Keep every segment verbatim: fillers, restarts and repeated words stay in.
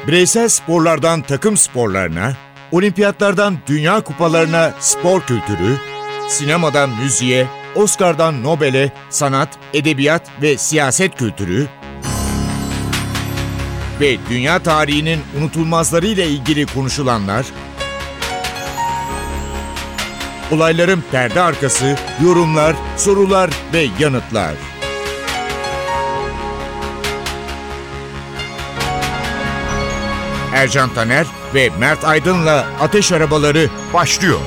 Bireysel sporlardan takım sporlarına, olimpiyatlardan dünya kupalarına spor kültürü, sinemadan müziğe, Oscar'dan Nobel'e sanat, edebiyat ve siyaset kültürü ve dünya tarihinin unutulmazlarıyla ilgili konuşulanlar, olayların perde arkası, yorumlar, sorular ve yanıtlar. Ercan Taner ve Mert Aydın'la Ateş Arabaları başlıyor.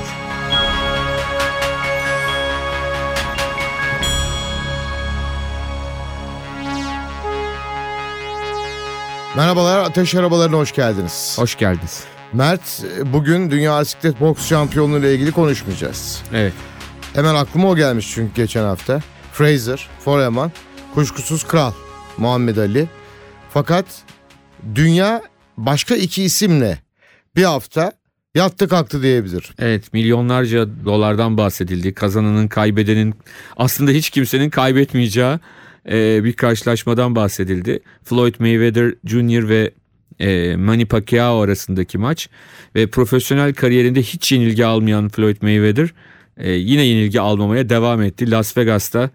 Merhabalar, Ateş Arabaları'na hoş geldiniz. Hoş geldiniz. Mert, bugün Dünya Bisiklet Boks Şampiyonluğu ile ilgili konuşmayacağız. Evet. Hemen aklıma o gelmiş çünkü geçen hafta. Fraser, Foreman, kuşkusuz kral Muhammed Ali. Fakat dünya başka iki isimle bir hafta yattı kalktı diyebilir. Evet, milyonlarca dolardan bahsedildi. Kazananın, kaybedenin, aslında hiç kimsenin kaybetmeyeceği e, bir karşılaşmadan bahsedildi. Floyd Mayweather Junior ve e, Manny Pacquiao arasındaki maç ve profesyonel kariyerinde hiç yenilgi almayan Floyd Mayweather e, yine yenilgi almamaya devam etti. Las Vegas'ta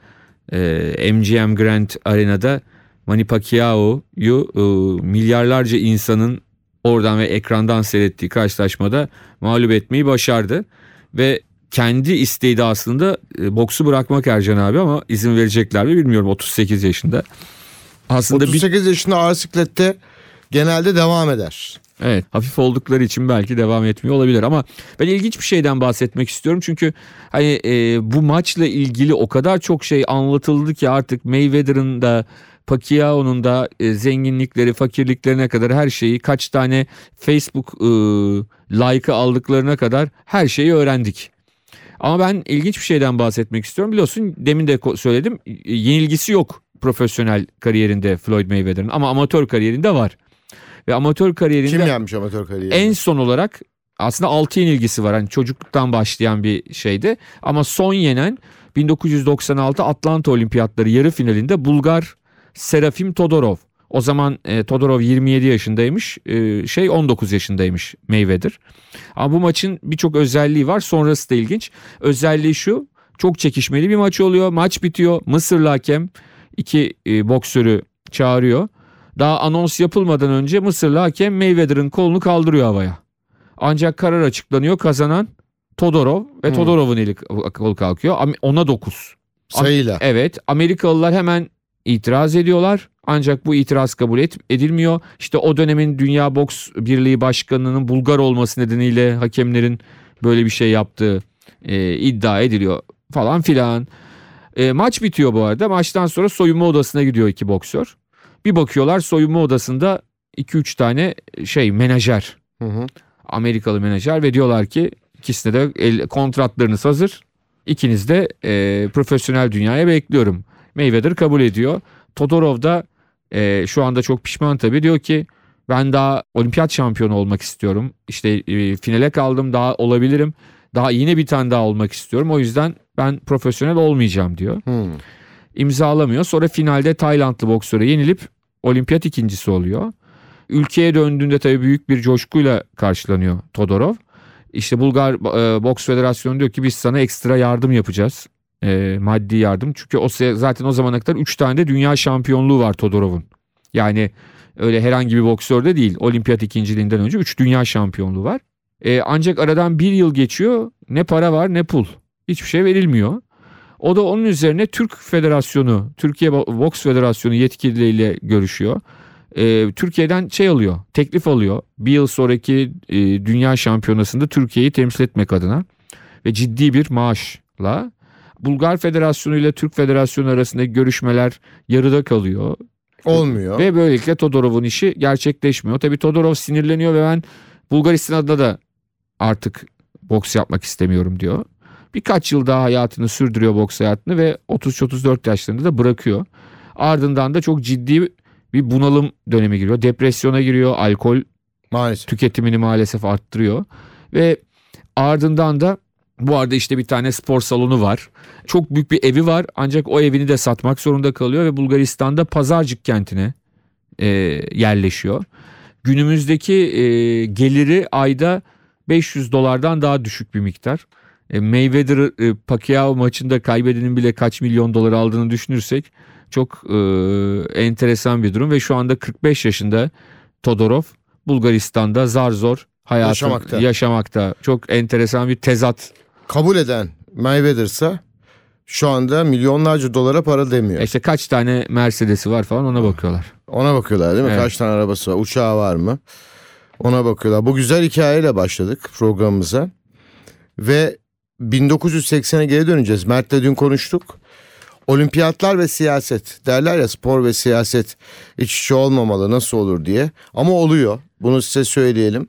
e, M G M Grand Arena'da Manny Pacquiao'yu e, milyarlarca insanın oradan ve ekrandan seyrettiği karşılaşmada mağlup etmeyi başardı. Ve kendi isteği de aslında e, boksu bırakmak Ercan abi, ama izin verecekler mi bilmiyorum, otuz sekiz yaşında. Aslında otuz sekiz bir... yaşında ağır siklette genelde devam eder. Evet, hafif oldukları için belki devam etmiyor olabilir, ama ben ilginç bir şeyden bahsetmek istiyorum. Çünkü hani e, bu maçla ilgili o kadar çok şey anlatıldı ki artık Mayweather'ın da Pacquiao'nun da e, zenginlikleri, fakirliklerine kadar her şeyi, kaç tane Facebook e, like'ı aldıklarına kadar her şeyi öğrendik. Ama ben ilginç bir şeyden bahsetmek istiyorum. Biliyorsun, demin de söyledim, yenilgisi yok profesyonel kariyerinde Floyd Mayweather'ın, ama amatör kariyerinde var. Ve amatör kariyerinde kim yenmiş amatör kariyerinde? En son olarak aslında altı yenilgisi var. Hani çocukluktan başlayan bir şeydi. Ama son yenen bin dokuz yüz doksan altı Atlanta Olimpiyatları yarı finalinde Bulgar Serafim Todorov. O zaman e, Todorov yirmi yedi yaşındaymış, e, şey on dokuz yaşındaymış Mayweather. Ama bu maçın birçok özelliği var. Sonrası da ilginç. Özelliği şu: çok çekişmeli bir maç oluyor. Maç bitiyor. Mısırlı hakem iki e, boksörü çağırıyor. Daha anons yapılmadan önce Mısırlı hakem Mayweather'ın kolunu kaldırıyor havaya. Ancak karar açıklanıyor. Kazanan Todorov ve hmm. Todorov'un eli kol kalkıyor. Ona dokuz. Sayıyla. Evet. Amerikalılar hemen itiraz ediyorlar. Ancak bu itiraz kabul et, edilmiyor. İşte o dönemin Dünya Boks Birliği Başkanı'nın Bulgar olması nedeniyle hakemlerin böyle bir şey yaptığı e, iddia ediliyor falan filan. E, maç bitiyor bu arada. Maçtan sonra soyunma odasına gidiyor iki boksör. Bir bakıyorlar, soyunma odasında iki üç tane şey menajer. Hı hı. Amerikalı menajer ve diyorlar ki ikisine de el, kontratlarınız hazır. İkiniz de e, profesyonel dünyaya bekliyorum. Mayweather kabul ediyor. Todorov da e, şu anda çok pişman tabii. Diyor ki ben daha olimpiyat şampiyonu olmak istiyorum. İşte e, finale kaldım, daha olabilirim. Daha yine bir tane daha olmak istiyorum. O yüzden ben profesyonel olmayacağım diyor. Hmm. İmzalamıyor. Sonra finalde Taylandlı boksöre yenilip olimpiyat ikincisi oluyor. Ülkeye döndüğünde tabii büyük bir coşkuyla karşılanıyor Todorov. İşte Bulgar e, Boks Federasyonu diyor ki biz sana ekstra yardım yapacağız. E, maddi yardım. Çünkü o zaten o zamana kadar üç tane de dünya şampiyonluğu var Todorov'un. Yani öyle herhangi bir boksör de değil. Olimpiyat ikinciliğinden önce üç dünya şampiyonluğu var. E, ancak aradan bir yıl geçiyor. Ne para var ne pul. Hiçbir şey verilmiyor. O da onun üzerine Türk Federasyonu, Türkiye Boks Federasyonu yetkilileriyle görüşüyor. Ee, Türkiye'den şey alıyor, teklif alıyor. Bir yıl sonraki e, dünya şampiyonasında Türkiye'yi temsil etmek adına. Ve ciddi bir maaşla. Bulgar Federasyonu ile Türk Federasyonu arasındaki görüşmeler yarıda kalıyor. Olmuyor. Ve böylelikle Todorov'un işi gerçekleşmiyor. Tabii Todorov sinirleniyor ve ben Bulgaristan adına da artık boks yapmak istemiyorum diyor. Birkaç yıl daha hayatını sürdürüyor, boks hayatını, ve otuz otuz dört yaşlarında da bırakıyor. Ardından da çok ciddi bir bunalım dönemi giriyor. Depresyona giriyor. Alkol maalesef tüketimini maalesef arttırıyor. Ve ardından da bu arada işte bir tane spor salonu var. Çok büyük bir evi var, ancak o evini de satmak zorunda kalıyor ve Bulgaristan'da Pazarcık kentine e, yerleşiyor. günümüzdeki e, geliri ayda beş yüz dolardan daha düşük bir miktar. E, Mayweather e, Pacquiao maçında kaybedenin bile kaç milyon dolar aldığını düşünürsek çok e, enteresan bir durum ve şu anda kırk beş yaşında Todorov Bulgaristan'da zar zor hayatını yaşamakta. yaşamakta. Çok enteresan bir tezat. Kabul eden Mayweather'sa şu anda milyonlarca dolara para demiyor. İşte kaç tane Mercedes'i var falan ona bakıyorlar. Ona bakıyorlar değil mi? Evet. Kaç tane arabası var, uçağı var mı? Ona bakıyorlar. Bu güzel hikayeyle başladık programımıza. Ve bin dokuz yüz seksene geri döneceğiz. Mert'le dün konuştuk. Olimpiyatlar ve siyaset derler ya, spor ve siyaset iç içe olmamalı, nasıl olur diye. Ama oluyor. Bunu size söyleyelim.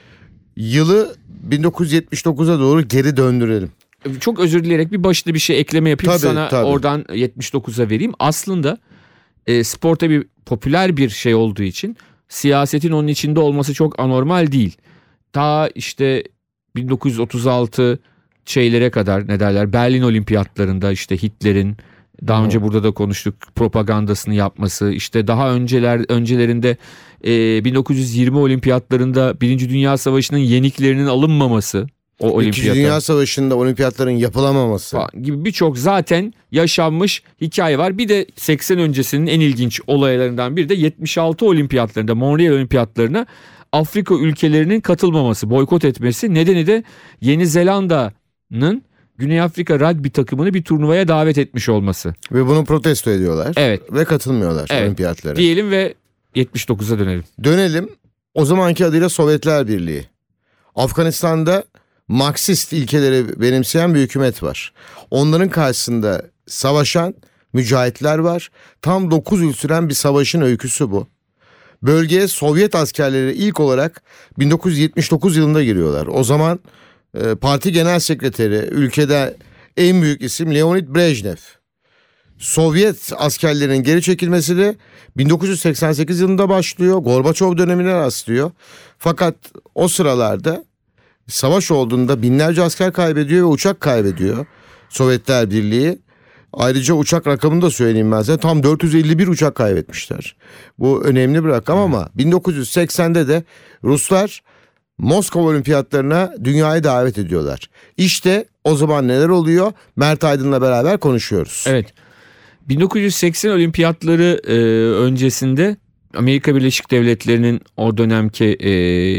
Yılı bin dokuz yüz yetmiş dokuza doğru geri döndürelim. Çok özür dileyerek bir başta bir şey ekleme yapayım, tabii, sana tabii. Oradan yetmiş dokuza vereyim. Aslında e, spor tabii popüler bir şey olduğu için siyasetin onun içinde olması çok anormal değil. Ta işte bin dokuz yüz otuz altı şeylere kadar, ne derler, Berlin Olimpiyatlarında işte Hitler'in daha önce burada da konuştuk propagandasını yapması, işte daha önceler öncelerinde e, bin dokuz yüz yirmi olimpiyatlarında Birinci Dünya Savaşı'nın yeniklerinin alınmaması, o olimpiyata. İkinci Dünya Savaşı'nda olimpiyatların yapılamaması gibi birçok zaten yaşanmış hikaye var. Bir de seksen öncesinin en ilginç olaylarından biri de yetmiş altı olimpiyatlarında, Montreal olimpiyatlarına Afrika ülkelerinin katılmaması, boykot etmesi. Nedeni de Yeni Zelanda'nın Güney Afrika rugby takımını bir turnuvaya davet etmiş olması. Ve bunu protesto ediyorlar. Evet. Ve katılmıyorlar evet. olimpiyatlara. Diyelim ve yetmiş dokuza dönelim. Dönelim. O zamanki adıyla Sovyetler Birliği. Afganistan'da Marksist ilkeleri benimseyen bir hükümet var. Onların karşısında savaşan mücahitler var. Tam dokuz yıl süren bir savaşın öyküsü bu. Bölgeye Sovyet askerleri ilk olarak bin dokuz yüz yetmiş dokuz yılında giriyorlar. O zaman e, parti genel sekreteri, ülkede en büyük isim Leonid Brejnev. Sovyet askerlerinin geri çekilmesi de bin dokuz yüz seksen sekiz yılında başlıyor. Gorbaçov dönemine rastlıyor. Fakat o sıralarda savaş olduğunda binlerce asker kaybediyor ve uçak kaybediyor Sovyetler Birliği. Ayrıca uçak rakamını da söyleyeyim ben size. Tam dört yüz elli bir uçak kaybetmişler. Bu önemli bir rakam ama bin dokuz yüz seksende de Ruslar Moskova Olimpiyatlarına dünyayı davet ediyorlar. İşte o zaman neler oluyor? Mert Aydın'la beraber konuşuyoruz. Evet. bin dokuz yüz seksen olimpiyatları e, öncesinde Amerika Birleşik Devletleri'nin o dönemki e,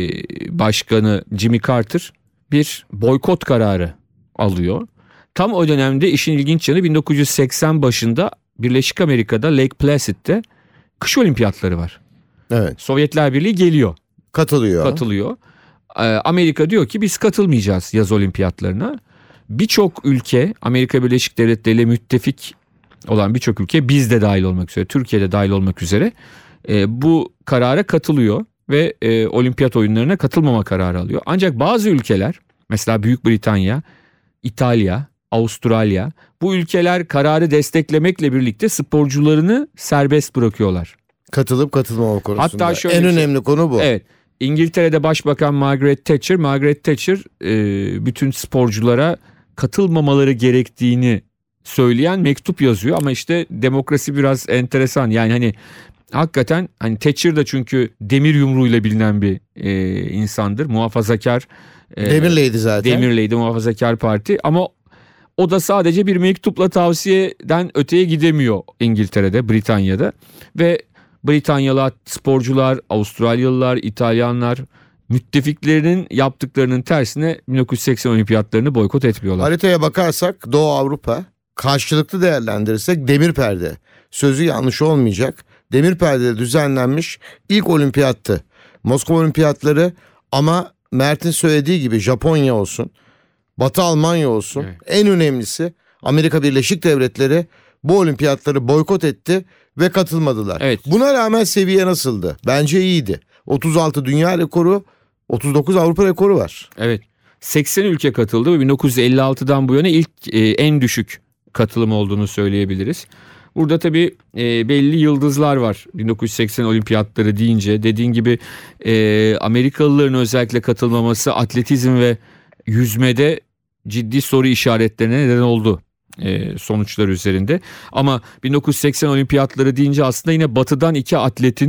başkanı Jimmy Carter bir boykot kararı alıyor. Tam o dönemde işin ilginç yanı bin dokuz yüz seksen başında Birleşik Amerika'da Lake Placid'de kış olimpiyatları var. Evet. Sovyetler Birliği geliyor. Katılıyor. Katılıyor. Ee, Amerika diyor ki biz katılmayacağız yaz olimpiyatlarına. Birçok ülke, Amerika Birleşik Devletleri ile müttefik olan birçok ülke, biz de dahil olmak üzere, Türkiye de dahil olmak üzere e, bu karara katılıyor ve e, olimpiyat oyunlarına katılmama kararı alıyor. Ancak bazı ülkeler, mesela Büyük Britanya, İtalya, Avustralya, bu ülkeler kararı desteklemekle birlikte sporcularını serbest bırakıyorlar. Katılıp katılmama konusunda. Hatta şöyle en şey, önemli konu bu. Evet. İngiltere'de Başbakan Margaret Thatcher, Margaret Thatcher e, bütün sporculara katılmamaları gerektiğini söyleyen mektup yazıyor. Ama işte demokrasi biraz enteresan. Yani hani hakikaten hani Thatcher da çünkü demir yumruğuyla bilinen bir e, insandır. Muhafazakar. E, Demirleydi zaten. Demirleydi, Muhafazakar Parti. Ama o da sadece bir mektupla tavsiyeden öteye gidemiyor İngiltere'de, Britanya'da. Ve Britanyalı sporcular, Avustralyalılar, İtalyanlar müttefiklerinin yaptıklarının tersine bin dokuz yüz seksen olimpiyatlarını boykot etmiyorlar. Haritaya bakarsak Doğu Avrupa, karşılıklı değerlendirirsek demir perde. Sözü yanlış olmayacak. Demir perdede düzenlenmiş ilk olimpiyattı. Moskova olimpiyatları, ama Mert'in söylediği gibi Japonya olsun, Batı Almanya olsun, evet. En önemlisi Amerika Birleşik Devletleri bu olimpiyatları boykot etti ve katılmadılar. Evet. Buna rağmen seviye nasıldı? Bence iyiydi. otuz altı dünya rekoru, otuz dokuz Avrupa rekoru var. Evet. seksen ülke katıldı ve bin dokuz yüz elli altıdan bu yana ilk e, en düşük katılım olduğunu söyleyebiliriz. Burada tabii e, belli yıldızlar var bin dokuz yüz seksen olimpiyatları deyince. Dediğin gibi e, Amerikalıların özellikle katılmaması atletizm ve yüzmede ciddi soru işaretlerine neden oldu e, sonuçlar üzerinde. Ama bin dokuz yüz seksen olimpiyatları deyince aslında yine batıdan iki atletin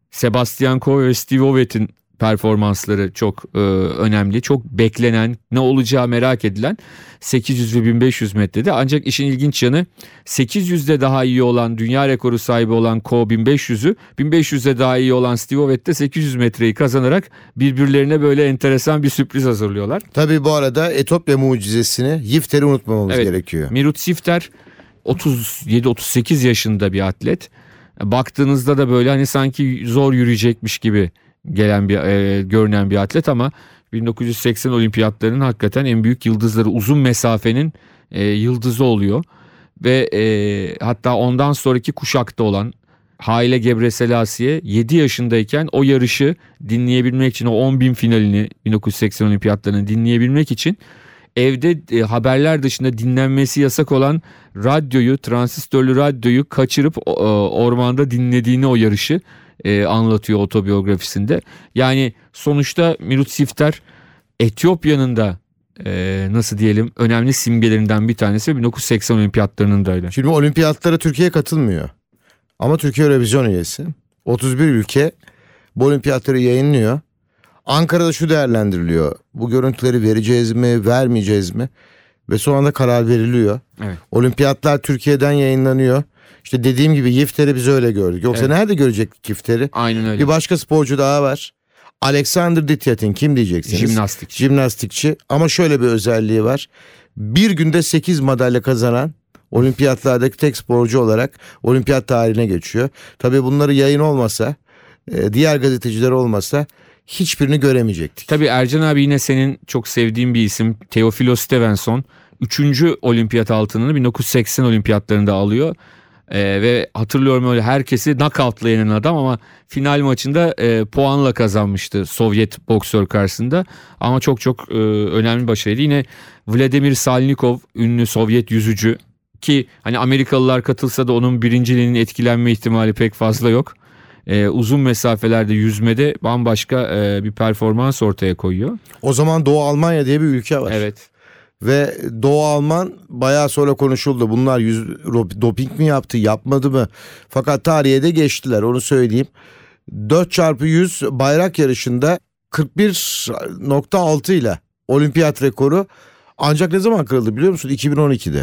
Sebastian Coe ve Steve Ovett'in performansları çok e, önemli. Çok beklenen, ne olacağı merak edilen sekiz yüz ve bin beş yüz metrede. Ancak işin ilginç yanı sekiz yüzde daha iyi olan, dünya rekoru sahibi olan Coe bin beş yüzü, bin beş yüzde daha iyi olan Steve Ovett de sekiz yüz metreyi kazanarak birbirlerine böyle enteresan bir sürpriz hazırlıyorlar. Tabii bu arada Etiyopya mucizesini, Yifter'i unutmamamız evet, gerekiyor. Mirut Yifter otuz yedi otuz sekiz yaşında bir atlet. Baktığınızda da böyle hani sanki zor yürüyecekmiş gibi gelen bir e, görünen bir atlet ama bin dokuz yüz seksen olimpiyatlarının hakikaten en büyük yıldızları, uzun mesafenin e, yıldızı oluyor ve e, hatta ondan sonraki kuşakta olan Haile Gebrselassie yedi yaşındayken o yarışı dinleyebilmek için, o on bin finalini bin dokuz yüz seksen olimpiyatlarını dinleyebilmek için evde e, haberler dışında dinlenmesi yasak olan radyoyu, transistörlü radyoyu kaçırıp e, ormanda dinlediğini, o yarışı e, anlatıyor otobiyografisinde. Yani sonuçta Mirut Yifter Etiyopya'nın da e, nasıl diyelim önemli simgelerinden bir tanesi, bin dokuz yüz seksen olimpiyatlarının da öyle. Şimdi olimpiyatlara Türkiye katılmıyor. Ama Türkiye Eurovision üyesi. otuz bir ülke bu olimpiyatları yayınlıyor. Ankara'da şu değerlendiriliyor: bu görüntüleri vereceğiz mi, vermeyeceğiz mi? Ve sonra da karar veriliyor. Evet. Olimpiyatlar Türkiye'den yayınlanıyor. İşte dediğim gibi Yifter'i biz öyle gördük. Yoksa evet, nerede görecektik Yifter'i? Aynen öyle. Bir başka sporcu daha var. Alexander Dityatin, kim diyeceksiniz? Jimnastikçi. Jimnastikçi. Ama şöyle bir özelliği var. Bir günde sekiz madalya kazanan, olimpiyatlardaki tek sporcu olarak olimpiyat tarihine geçiyor. Tabii bunları yayın olmasa, diğer gazeteciler olmasa hiçbirini göremeyecektik. Tabii Ercan abi yine senin çok sevdiğin bir isim, Teofilo Stevenson. Üçüncü olimpiyat altınını bin dokuz yüz seksen olimpiyatlarında alıyor. Ee, ve hatırlıyorum öyle herkesi knockout'la yenen adam ama final maçında e, puanla kazanmıştı Sovyet boksör karşısında. Ama çok çok e, önemli başarıydı. Yine Vladimir Salnikov, ünlü Sovyet yüzücü, ki hani Amerikalılar katılsa da onun birinciliğinin etkilenme ihtimali pek fazla yok. Ee, uzun mesafelerde yüzmede bambaşka e, bir performans ortaya koyuyor. O zaman Doğu Almanya diye bir ülke var. Evet. Ve Doğu Alman bayağı sonra konuşuldu. Bunlar yüz, doping mi yaptı, yapmadı mı? Fakat tarihe de geçtiler, onu söyleyeyim. dört çarpı yüz bayrak yarışında kırk bir nokta altı ile olimpiyat rekoru ancak ne zaman kırıldı biliyor musun? iki bin on ikide.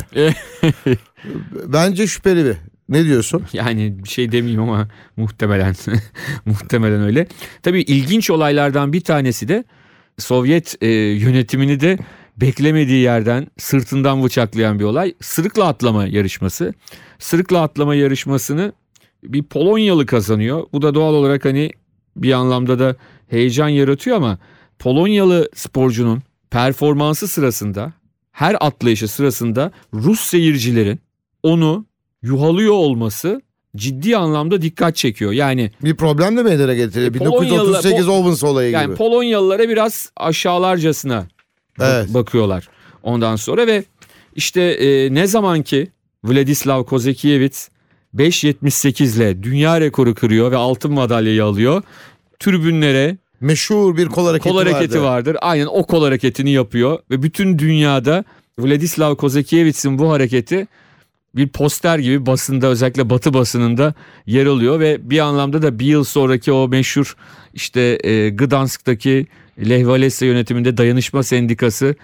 Bence şüpheli bir. Ne diyorsun? Yani bir şey demeyeyim ama muhtemelen muhtemelen öyle. Tabii ilginç olaylardan bir tanesi de Sovyet e, yönetimini de beklemediği yerden sırtından bıçaklayan bir olay. Sırıkla atlama yarışması. Sırıkla atlama yarışmasını bir Polonyalı kazanıyor. Bu da doğal olarak hani bir anlamda da heyecan yaratıyor ama Polonyalı sporcunun performansı sırasında, her atlayışı sırasında Rus seyircilerin onu yuhalıyor olması ciddi anlamda dikkat çekiyor. Yani bir problem de meydana getiriyor. bin dokuz yüz otuz sekiz Owens olayı yani gibi. Yani Polonyalılara biraz aşağılarcasına evet. bakıyorlar ondan sonra ve işte e, ne zaman ki Vladislav Kozekiewicz beş yetmiş sekiz ile dünya rekoru kırıyor ve altın madalyayı alıyor. Tribünlere meşhur bir kol hareketi, kol hareketi vardır. vardır. Aynen o kol hareketini yapıyor ve bütün dünyada Vladislav Kozekiewicz'in bu hareketi bir poster gibi basında, özellikle Batı basınında yer alıyor ve bir anlamda da bir yıl sonraki o meşhur işte e, Gdansk'taki Lech Walesa yönetiminde dayanışma sendikası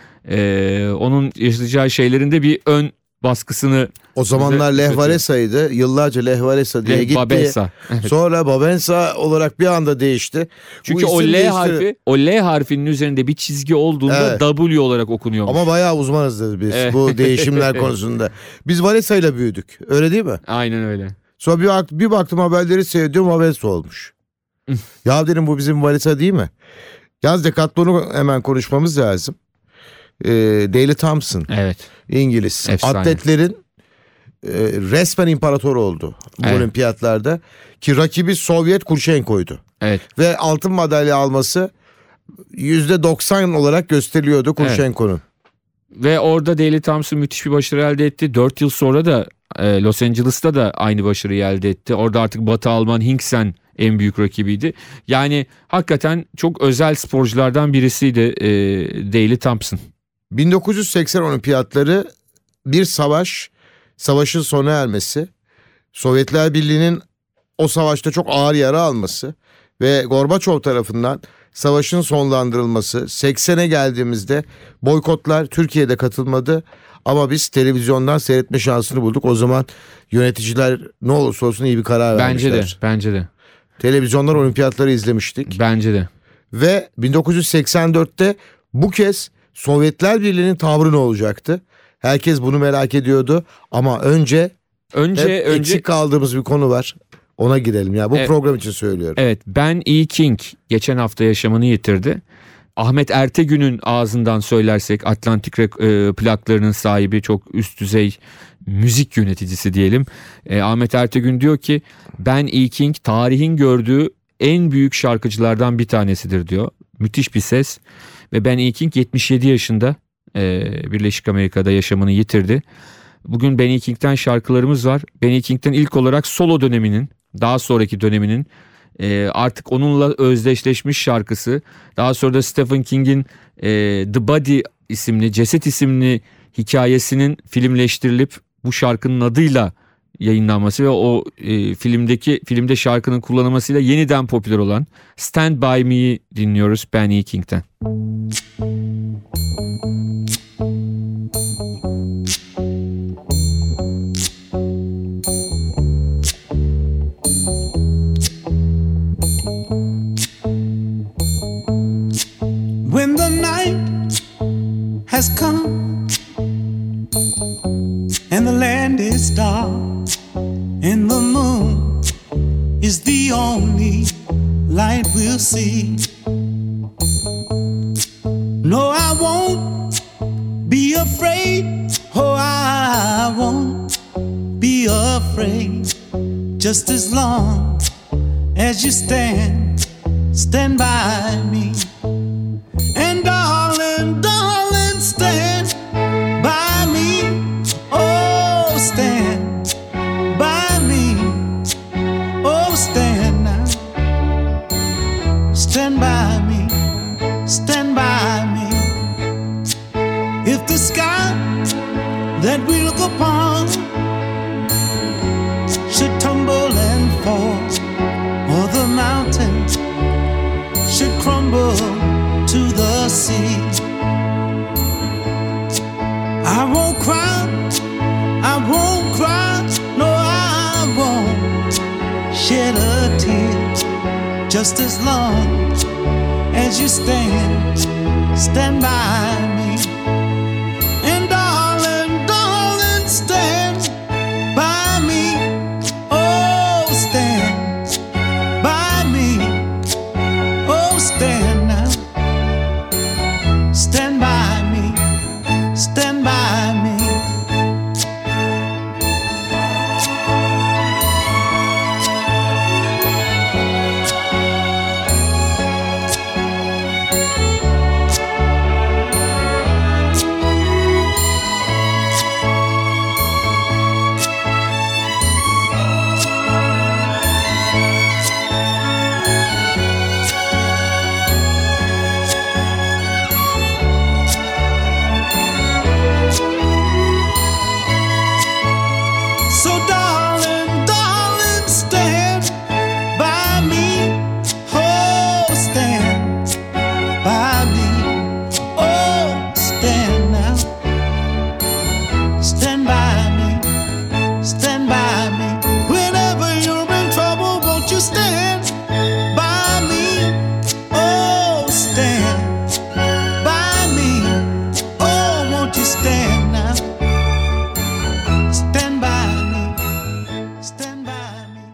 e, onun yaşayacağı şeylerin de bir ön baskısını. O zamanlar Lech Walesa'ydı. Yıllarca Lech Walesa diye Lech gitti. Babesa. Sonra Babensa olarak bir anda değişti. Çünkü o L değişti. harfi, o L harfinin üzerinde bir çizgi olduğunda evet. W olarak okunuyormuş. Ama bayağı uzmanızdır biz evet. bu değişimler konusunda. Biz Walesa ile büyüdük. Öyle değil mi? Aynen öyle. Sonra bir, bir baktım haberleri seyrediyorum, Babesa olmuş. Ya dedim bu bizim Walesa değil mi? Yalnız Decathlon'u hemen konuşmamız lazım. Ee, Daley Thompson. Evet. İngiliz. Efsane. Atletlerin e, resmen imparator oldu bu evet. olimpiyatlarda. Ki rakibi Sovyet Kurchenko'ydu. Evet. Ve altın madalya alması yüzde doksan olarak gösteriliyordu Kurchenko'nun. Evet. Ve orada Daley Thompson müthiş bir başarı elde etti. dört yıl sonra da e, Los Angeles'ta da aynı başarıyı elde etti. Orada artık Batı Alman Hinksen en büyük rakibiydi. Yani hakikaten çok özel sporculardan birisiydi e, Daley Thompson. bin dokuz yüz seksen olimpiyatları bir savaş, savaşın sona ermesi, Sovyetler Birliği'nin o savaşta çok ağır yara alması ve Gorbaçov tarafından savaşın sonlandırılması. seksene geldiğimizde boykotlar, Türkiye'de katılmadı ama biz televizyondan seyretme şansını bulduk. O zaman yöneticiler ne olursa olsun iyi bir karar Bence vermişler. de, bence de. Televizyondan olimpiyatları izlemiştik. Bence de. Ve bin dokuz yüz seksen dörtte bu kez Sovyetler Birliği'nin tavrı ne olacaktı? Herkes bunu merak ediyordu ama önce Önce hep önce eksik kaldığımız bir konu var. Ona girelim ya. Bu Evet. program için söylüyorum. Evet, Ben E. King geçen hafta yaşamını yitirdi. Ahmet Ertegün'ün ağzından söylersek Atlantik e, plaklarının sahibi, çok üst düzey müzik yöneticisi diyelim. E, Ahmet Ertegün diyor ki Ben E. King tarihin gördüğü en büyük şarkıcılardan bir tanesidir diyor. Müthiş bir ses ve Ben E. King yetmiş yedi yaşında e, Birleşik Amerika'da yaşamını yitirdi. Bugün Ben E. King'den şarkılarımız var. Ben E. King'den ilk olarak solo döneminin, daha sonraki döneminin e, artık onunla özdeşleşmiş şarkısı. Daha sonra da Stephen King'in e, The Body isimli, Ceset isimli hikayesinin filmleştirilip bu şarkının adıyla yayınlanması ve o e, filmdeki filmde şarkının kullanılmasıyla yeniden popüler olan Stand By Me'yi dinliyoruz Ben E. King'den. When the night has come and the land is dark and the moon is the only light we'll see. No, I won't be afraid. Oh, I won't be afraid. Just as long as you stand, stand by me. And darling, darling, stand by me. Oh, stand by me. Oh, stand now. Stand by me. Stand by me. If the sky that we look upon should tumble and fall, or the mountains should crumble to the sea, I won't cry, I won't cry, no, I won't shed a tear. Just as long as you stand, stand by me. And darling, darling, stand by me. Oh, stand by me. Oh, stand now. Stand by me, stand by me. So darling, darling, stand by me. Oh, stand by me. Oh, stand now. Stand by me. Stand by me. Whenever you're in trouble, won't you stand by me? Oh, stand by me. Oh, won't you stand now? Stand by me. Stand by me.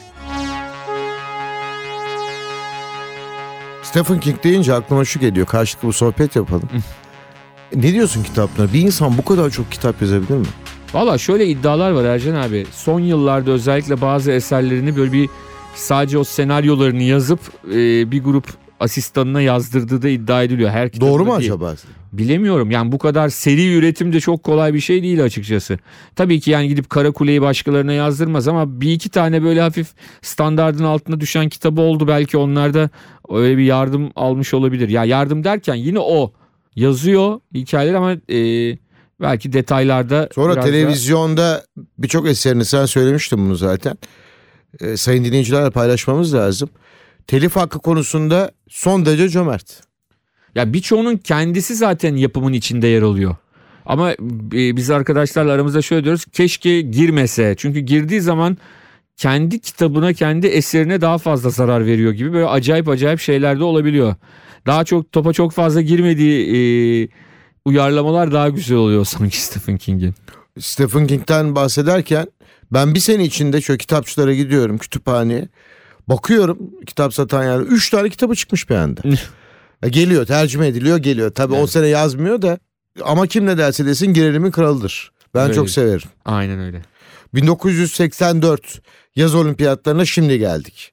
Stephen King deyince aklıma şu geliyor. Karşılıklı bir sohbet yapalım. Ne diyorsun kitaplara? Bir insan bu kadar çok kitap yazabilir mi? Valla şöyle iddialar var Ercan abi. Son yıllarda özellikle bazı eserlerini böyle bir sadece o senaryolarını yazıp e, bir grup asistanına yazdırdığı da iddia ediliyor. Her kitabında Doğru mu değil. acaba? Bilemiyorum. Yani bu kadar seri üretim de çok kolay bir şey değil açıkçası. Tabii ki yani gidip Karakule'yi başkalarına yazdırmaz ama bir iki tane böyle hafif standardın altına düşen kitabı oldu. Belki onlarda öyle bir yardım almış olabilir. Ya yardım derken yine o yazıyor hikayeler ama e, belki detaylarda Sonra biraz televizyonda birçok eserini sen söylemiştin bunu zaten. e, sayın dinleyicilerle paylaşmamız lazım. Telif hakkı konusunda son derece cömert. Ya birçoğunun kendisi zaten yapımın içinde yer alıyor. Ama e, biz arkadaşlarla aramızda şöyle diyoruz, keşke girmese. Çünkü girdiği zaman kendi kitabına, kendi eserine daha fazla zarar veriyor gibi böyle acayip acayip şeyler de olabiliyor. Daha çok topa çok fazla girmediği e, uyarlamalar daha güzel oluyor sanki Stephen King'in. Stephen King'den bahsederken ben bir sene içinde şöyle kitapçılara gidiyorum, kütüphaneye. Bakıyorum kitap satan yerde üç tane kitabı çıkmış bir anda. Geliyor, tercüme ediliyor, geliyor. Tabii evet. O sene yazmıyor da ama kim ne derse desin Girelimin Kralı'dır. Ben öyle. Çok severim. Aynen öyle. bin dokuz yüz seksen dört yaz olimpiyatlarına şimdi geldik.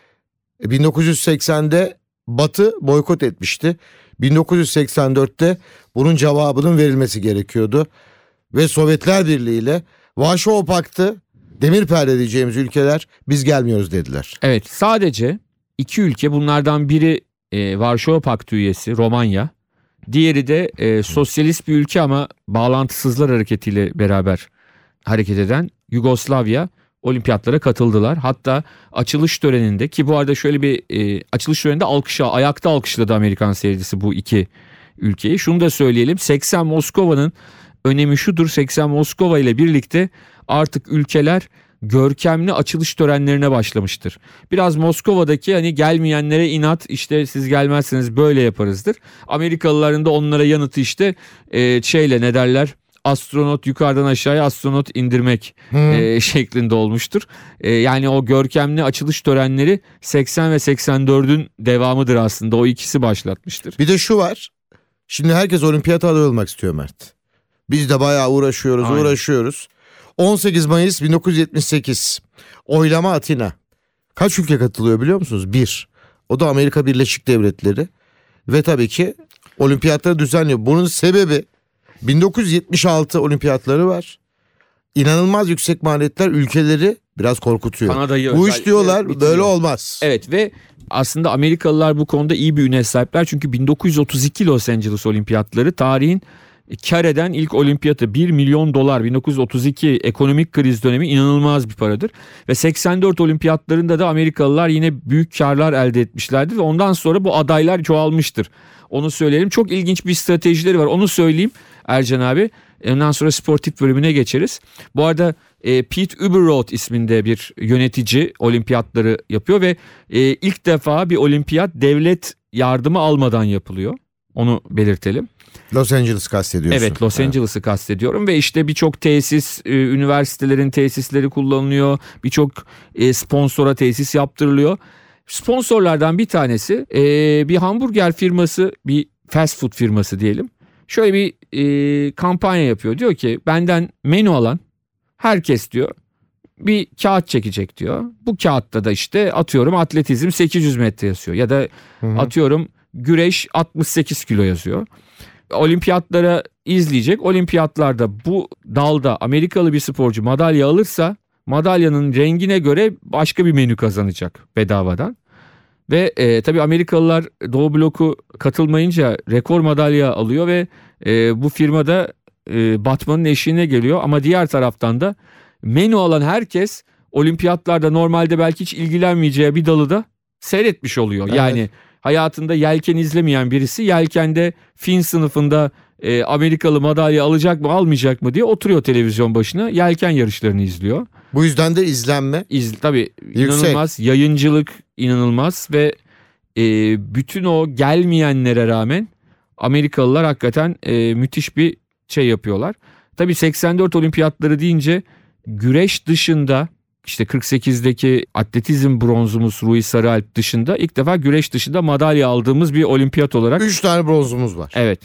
bin dokuz yüz seksende Batı boykot etmişti. bin dokuz yüz seksen dörtte bunun cevabının verilmesi gerekiyordu. Ve Sovyetler Birliği ile Varşova Paktı, demir perde diyeceğimiz ülkeler biz gelmiyoruz dediler. Evet, sadece iki ülke, bunlardan biri e, Varşova Paktı üyesi Romanya. Diğeri de e, sosyalist bir ülke ama bağlantısızlar hareketiyle beraber hareket eden Yugoslavya olimpiyatlara katıldılar. Hatta açılış töreninde, ki bu arada şöyle bir e, açılış töreninde alkışa, ayakta alkışladı Amerikan seyircisi bu iki ülkeyi. Şunu da söyleyelim, seksen Moskova'nın önemi şudur: seksen Moskova ile birlikte artık ülkeler görkemli açılış törenlerine başlamıştır. Biraz Moskova'daki hani gelmeyenlere inat, işte siz gelmezseniz böyle yaparızdır. Amerikalıların da onlara yanıtı işte e, şeyle ne derler, astronot yukarıdan aşağıya astronot indirmek e, şeklinde olmuştur. E, yani o görkemli açılış törenleri seksen ve seksen dördün devamıdır aslında, o ikisi başlatmıştır. Bir de şu var, şimdi herkes olimpiyata aday olmak istiyor Mert. Biz de bayağı uğraşıyoruz Aynen. uğraşıyoruz. on sekiz Mayıs bin dokuz yüz yetmiş sekiz oylama Atina. Kaç ülke katılıyor biliyor musunuz? Bir. O da Amerika Birleşik Devletleri. Ve tabii ki olimpiyatları düzenliyor. Bunun sebebi bin dokuz yüz yetmiş altı olimpiyatları var. İnanılmaz yüksek maliyetler ülkeleri biraz korkutuyor. Kanada'yı bu iş diyorlar bitiriyor. Böyle olmaz. Evet ve aslında Amerikalılar bu konuda iyi bir üne sahipler. Çünkü bin dokuz yüz otuz iki Los Angeles olimpiyatları tarihin kar eden ilk olimpiyatı. Bir milyon dolar, bin dokuz yüz otuz iki ekonomik kriz dönemi inanılmaz bir paradır. Ve seksen dört olimpiyatlarında da Amerikalılar yine büyük karlar elde etmişlerdir. Ve ondan sonra bu adaylar çoğalmıştır. Onu söyleyelim. Çok ilginç bir stratejileri var. Onu söyleyeyim Ercan abi. Ondan sonra sportif bölümüne geçeriz. Bu arada e, Pete Uberroth isminde bir yönetici olimpiyatları yapıyor ve e, ilk defa bir olimpiyat devlet yardımı almadan yapılıyor. Onu belirtelim. Los Angeles kastediyorsun. Evet, Los Angeles'ı evet. kastediyorum ve işte birçok tesis, e, üniversitelerin tesisleri kullanılıyor. Birçok e, sponsora tesis yaptırılıyor. Sponsorlardan bir tanesi e, bir hamburger firması, bir fast food firması diyelim. Şöyle bir e, kampanya yapıyor. Diyor ki benden menü alan herkes diyor bir kağıt çekecek diyor. Bu kağıtta da işte atıyorum atletizm sekiz yüz metre yazıyor. Ya da hı hı. atıyorum güreş altmış sekiz kilo yazıyor. Olimpiyatlara izleyecek. Olimpiyatlarda bu dalda Amerikalı bir sporcu madalya alırsa madalyanın rengine göre başka bir menü kazanacak bedavadan. Ve e, tabii Amerikalılar Doğu bloku katılmayınca rekor madalya alıyor ve e, bu firmada e, batmanın eşiğine geliyor. Ama diğer taraftan da menü alan herkes olimpiyatlarda normalde belki hiç ilgilenmeyeceği bir dalı da seyretmiş oluyor. Evet. Yani hayatında yelken izlemeyen birisi yelkende fin sınıfında e, Amerikalı madalya alacak mı almayacak mı diye oturuyor televizyon başına, yelken yarışlarını izliyor. Bu yüzden de izlenme İz, tabii inanılmaz, yayıncılık inanılmaz ve e, bütün o gelmeyenlere rağmen Amerikalılar hakikaten e, müthiş bir şey yapıyorlar. Tabii seksen dört olimpiyatları deyince güreş dışında işte kırk sekizdeki atletizm bronzumuz Ruhi Sarıalp dışında ilk defa güreş dışında madalya aldığımız bir olimpiyat olarak. Üç tane bronzumuz var. Evet.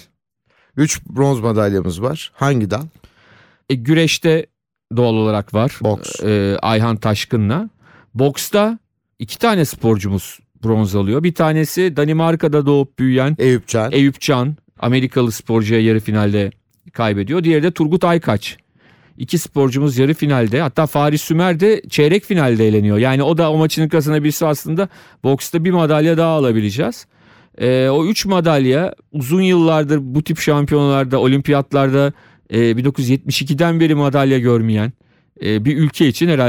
Üç bronz madalyamız var. Hangi dal? E, güreşte doğal olarak var. Boks. E, Ayhan Taşkın'la. Boksta iki tane sporcumuz bronz alıyor. Bir tanesi Danimarka'da doğup büyüyen Eyüp Can. Eyüp Can. Amerikalı sporcuya yarı finalde kaybediyor. Diğeri de Turgut Aykaç. İki sporcumuz yarı finalde, hatta Faris Sümer de çeyrek finalde eleniyor. Yani o da o maçın kazanabilse aslında boksta bir madalya daha alabileceğiz. Ee, o üç madalya uzun yıllardır bu tip şampiyonalarda, olimpiyatlarda e, bin dokuz yüz yetmiş ikiden beri madalya görmeyen e, bir ülke için herhalde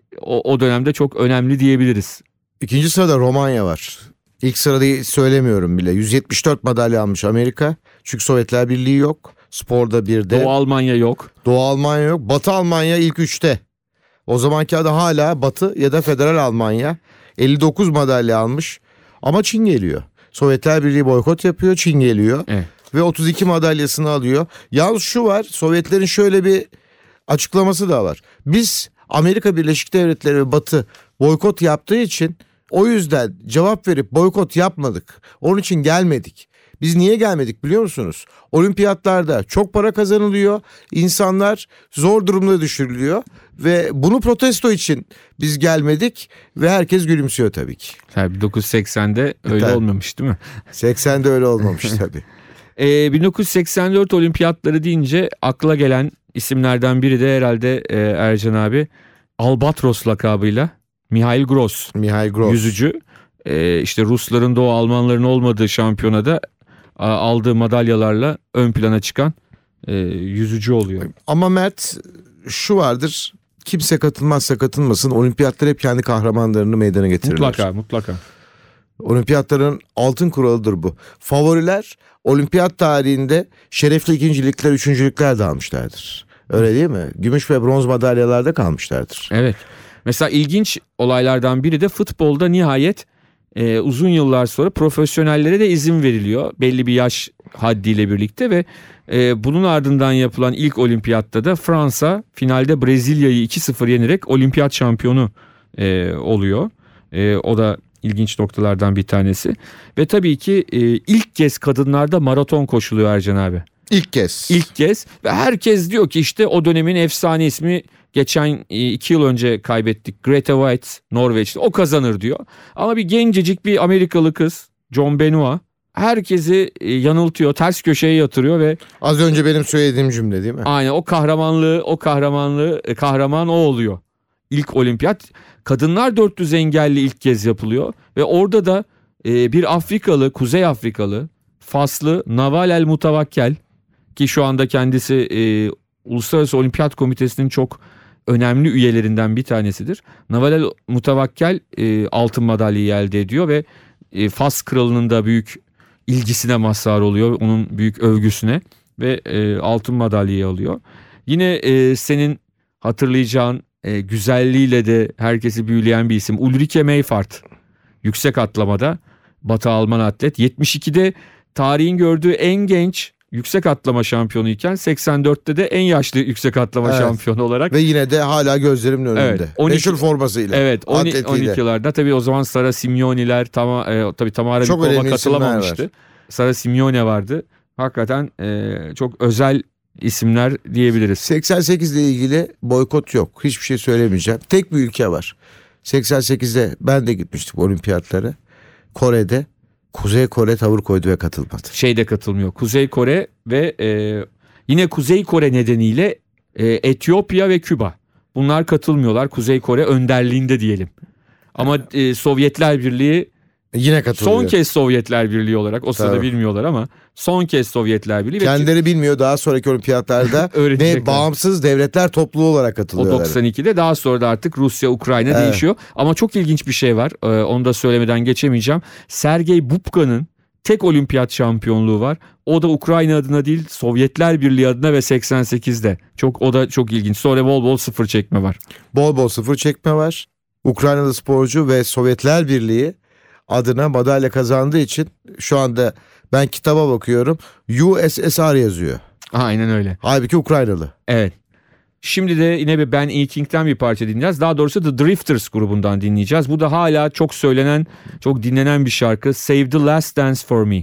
o, o dönemde çok önemli diyebiliriz. İkinci sırada Romanya var. İlk sırada söylemiyorum bile. yüz yetmiş dört madalya almış Amerika. Çünkü Sovyetler Birliği yok. Sporda bir de. Doğu Almanya yok. Doğu Almanya yok. Batı Almanya ilk üçte. O zamanki adı hala Batı ya da Federal Almanya. elli dokuz madalya almış. Ama Çin geliyor. Sovyetler Birliği boykot yapıyor. Çin geliyor. Evet. Ve otuz iki madalyasını alıyor. Yalnız şu var. Sovyetlerin şöyle bir açıklaması da var. Biz Amerika Birleşik Devletleri ve Batı boykot yaptığı için o yüzden cevap verip boykot yapmadık. Onun için gelmedik. Biz niye gelmedik biliyor musunuz? Olimpiyatlarda çok para kazanılıyor. İnsanlar zor durumda düşürülüyor. Ve bunu protesto için biz gelmedik. Ve herkes gülümsüyor tabii ki. Yani bin dokuz yüz seksende öyle Tabii. olmamış değil mi? seksende öyle olmamış tabii. Ee, bin dokuz yüz seksen dört olimpiyatları deyince akla gelen isimlerden biri de herhalde e, Ercan abi Albatros lakabıyla Mihail Gross. Mihail Gross. Yüzücü. Ee, işte Rusların da o Almanların olmadığı şampiyonada a, aldığı madalyalarla ön plana çıkan e, yüzücü oluyor. Ama Mert şu vardır. Kimse katılmazsa katılmasın. Olimpiyatlar hep kendi kahramanlarını meydana getirirler. Mutlaka mutlaka. Olimpiyatların altın kuralıdır bu. Favoriler olimpiyat tarihinde şerefli ikincilikler, üçüncülükler de almışlardır. Öyle değil mi? Gümüş ve bronz madalyalarda kalmışlardır. Evet. Mesela ilginç olaylardan biri de futbolda nihayet e, uzun yıllar sonra profesyonellere de izin veriliyor. Belli bir yaş haddiyle birlikte ve e, bunun ardından yapılan ilk olimpiyatta da Fransa finalde Brezilya'yı iki sıfır yenerek olimpiyat şampiyonu e, oluyor. E, o da ilginç noktalardan bir tanesi. Ve tabii ki e, ilk kez kadınlarda maraton koşuluyor Ercan abi. İlk kez. İlk kez ve herkes diyor ki işte o dönemin efsane ismi geçen iki yıl önce kaybettik Greta White Norveç'te o kazanır diyor. Ama bir gencecik bir Amerikalı kız John Benoit herkesi yanıltıyor, ters köşeye yatırıyor ve Az önce benim söylediğim cümle değil mi? aynen o kahramanlığı o kahramanlığı kahraman o oluyor. İlk olimpiyat kadınlar dört yüz engelli ilk kez yapılıyor ve orada da bir Afrikalı, Kuzey Afrikalı Faslı Naval El Mutavakkel ki şu anda kendisi e, Uluslararası Olimpiyat Komitesi'nin çok önemli üyelerinden bir tanesidir. Naval El Mutavakkel e, altın madalyayı elde ediyor ve e, Fas kralının da büyük ilgisine mazhar oluyor. Onun büyük övgüsüne ve e, altın madalyayı alıyor. Yine e, senin hatırlayacağın e, güzelliğiyle de herkesi büyüleyen bir isim Ulrike Meyfart. Yüksek atlamada Batı Alman atlet. yetmiş ikide tarihin gördüğü en genç yüksek atlama şampiyonuyken seksen dörtte de en yaşlı yüksek atlama Evet. şampiyonu olarak. Ve yine de hala gözlerimin önünde. Evet, on iki Meşhur formasıyla. Evet on iki, atletiyle. on iki yıllarda tabii o zaman Sara Simeone'ler tama, e, tabii Tamara Çok Mikova önemli isimler katılamamıştı. var. Sara Simeone vardı. Hakikaten e, çok özel isimler diyebiliriz. seksen sekiz ile ilgili boykot yok. Hiçbir şey söylemeyeceğim. Tek bir ülke var. seksen sekizde ben de gitmiştim olimpiyatlara. Kore'de. Kuzey Kore tavır koydu ve katılmadı. Şeyde katılmıyor. Kuzey Kore ve e, yine Kuzey Kore nedeniyle e, Etiyopya ve Küba. Bunlar katılmıyorlar. Kuzey Kore önderliğinde diyelim. Ama e, Sovyetler Birliği Yine katılıyor. son kez Sovyetler Birliği olarak o sırada Tabii. bilmiyorlar ama son kez Sovyetler Birliği. Kendileri bilmiyor, daha sonraki olimpiyatlarda Öğrenecekler. ne bağımsız devletler topluluğu olarak O katılıyorlar. doksan ikide daha sonra da artık Rusya, Ukrayna Evet. değişiyor. Ama çok ilginç bir şey var. Ee, onu da söylemeden geçemeyeceğim. Sergey Bubka'nın tek olimpiyat şampiyonluğu var. O da Ukrayna adına değil Sovyetler Birliği adına ve seksen sekizde. Çok o da çok ilginç. Sonra bol bol sıfır çekme var. Bol bol sıfır çekme var. Ukraynalı sporcu ve Sovyetler Birliği adına madalya kazandığı için şu anda ben kitaba bakıyorum. U S S R yazıyor. Aynen öyle. Halbuki Ukraynalı. Evet. Şimdi de yine bir Ben E. King'den bir parça dinleyeceğiz. Daha doğrusu The Drifters grubundan dinleyeceğiz. Bu da hala çok söylenen, çok dinlenen bir şarkı. Save the Last Dance for Me.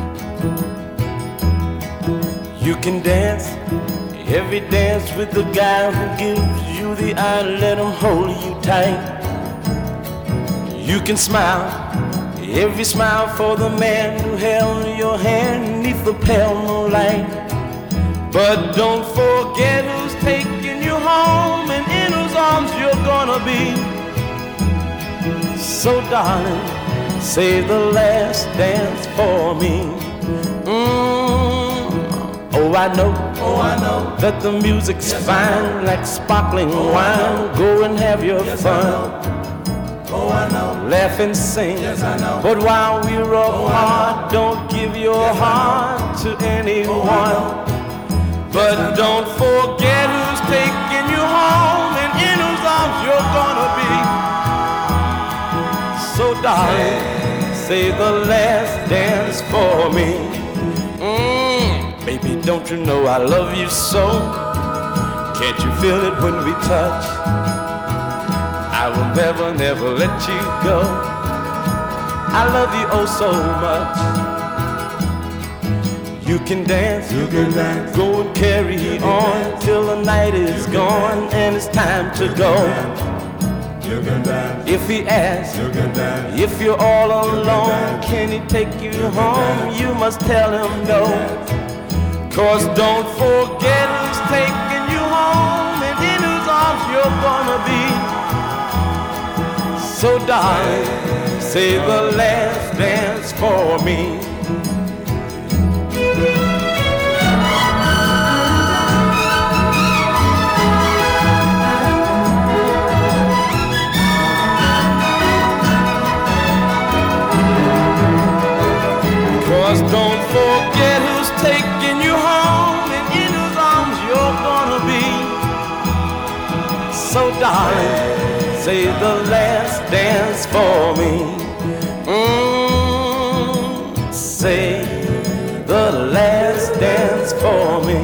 You can dance every dance with the guy who gives you the eye, let him hold you tight. You can smile every smile for the man who held your hand neath the pale moonlight. But don't forget who's taking you home and in whose arms you're gonna be. So darling, save the last dance for me. Mm. Oh, I know, oh, I know that the music's yes, fine like sparkling oh, wine. Go and have your yes, fun. Oh, I know. Laugh and sing. Yes, I know. But while we're apart, oh, don't give your yes, heart to anyone. Oh, but yes, don't forget who's taking you home and in whose arms you're gonna be. So darling, say the last dance for me. Mm, baby, don't you know I love you so? Can't you feel it when we touch? I will never, never let you go. I love you oh so much. You can dance, you can dance. Go and carry on till the night is gone and it's time to go. You can dance. If he asks, you can dance. If you're all alone, can he take you home? Dance. You must tell him no. Cause don't forget who's taking you home and in whose arms you're gonna be. So darling, say the last dance for me. Don't forget who's taking you home and in whose arms you're gonna be. So darling, say the last dance for me. Mm, say the last dance for me.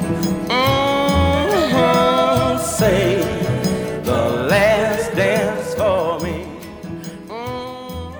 Mm, say the last dance for me. Mm.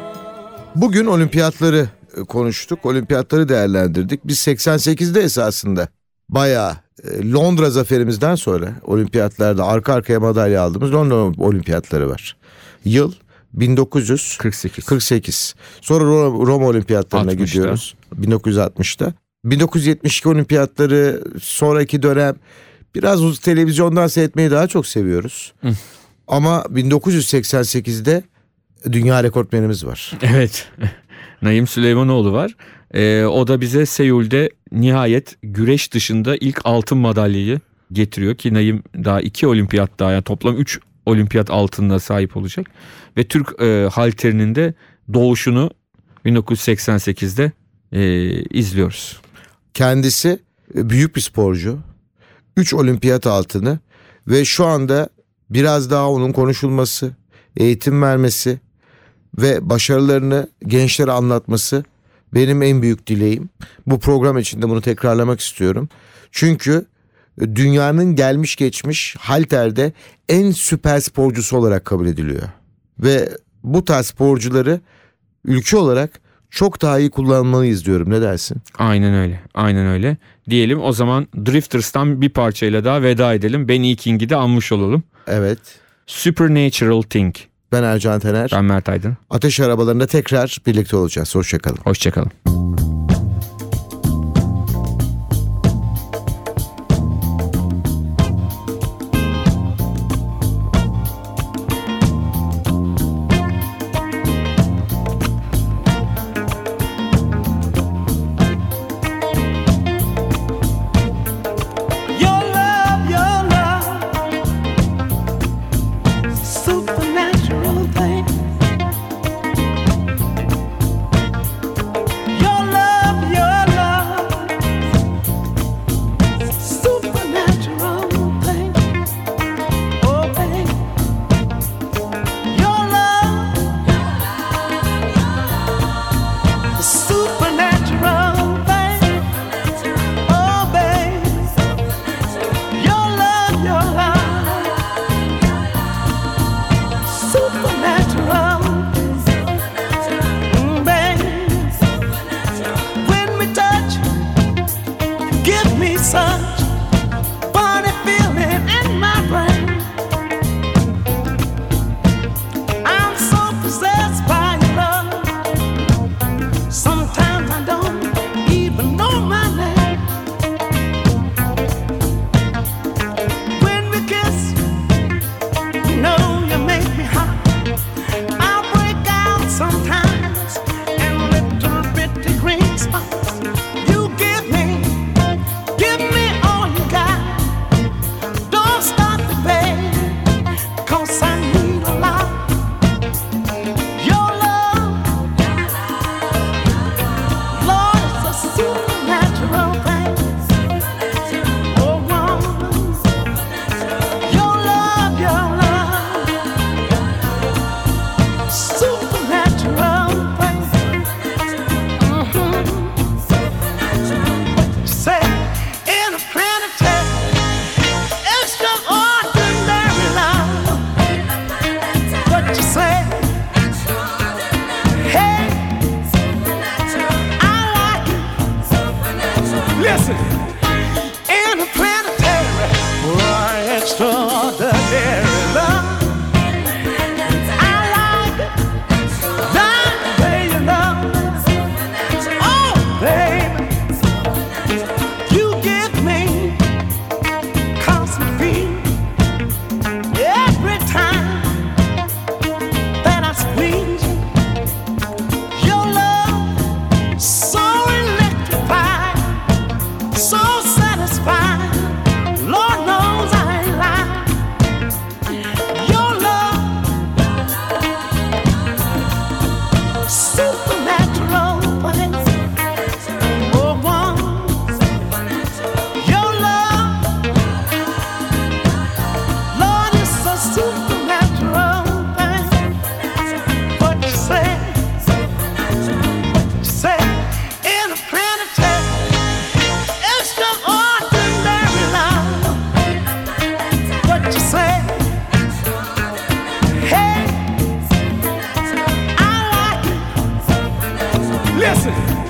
Bugün olimpiyatları konuştuk. Olimpiyatları değerlendirdik. Biz seksen sekizde esasında bayağı Londra zaferimizden sonra olimpiyatlarda arka arkaya madalya aldığımız Londra olimpiyatları var. Yıl bin dokuz yüz kırk sekiz. kırk sekiz. Sonra Roma olimpiyatlarına altmışta gidiyoruz. bin dokuz yüz altmışta. bin dokuz yüz yetmiş iki olimpiyatları sonraki dönem biraz televizyondan seyretmeyi daha çok seviyoruz. Hı. Ama bin dokuz yüz seksen sekizde dünya rekortmenimiz var. Evet. Naim Süleymanoğlu var. Ee, o da bize Seul'de nihayet güreş dışında ilk altın madalyayı getiriyor ki Naim daha iki olimpiyat daha yani toplam üç olimpiyat altınına sahip olacak. Ve Türk e, halterinin de doğuşunu bin dokuz yüz seksen sekizde e, izliyoruz. Kendisi büyük bir sporcu. üç olimpiyat altını ve şu anda biraz daha onun konuşulması, eğitim vermesi ve başarılarını gençlere anlatması benim en büyük dileğim. Bu program içinde bunu tekrarlamak istiyorum. Çünkü dünyanın gelmiş geçmiş halterde en süper sporcusu olarak kabul ediliyor. Ve bu tarz sporcuları ülke olarak çok daha iyi kullanmalıyız diyorum. Ne dersin? Aynen öyle. Aynen öyle. Diyelim o zaman Drifters'tan bir parçayla daha veda edelim. Benny King'i de anmış olalım. Evet. Supernatural Thing. Ben Ercan Tener. Ben Mert Aydın. Ateş Arabalarında tekrar birlikte olacağız. Hoşçakalın. Hoşçakalın. Your love Listen, interplanetary, or extraordinary love. I like it, like the way you love. Oh, baby, you give me constant feel every time that I squeeze you. Your love so electrified, so satisfied. Lord knows I ain't lying. Your love supernatural, but it's more one. Your love, Lord, it's a supernatural thing. What you say? What you say? Interplanetary, extraordinary love. What you say? Hey, I like it. Listen.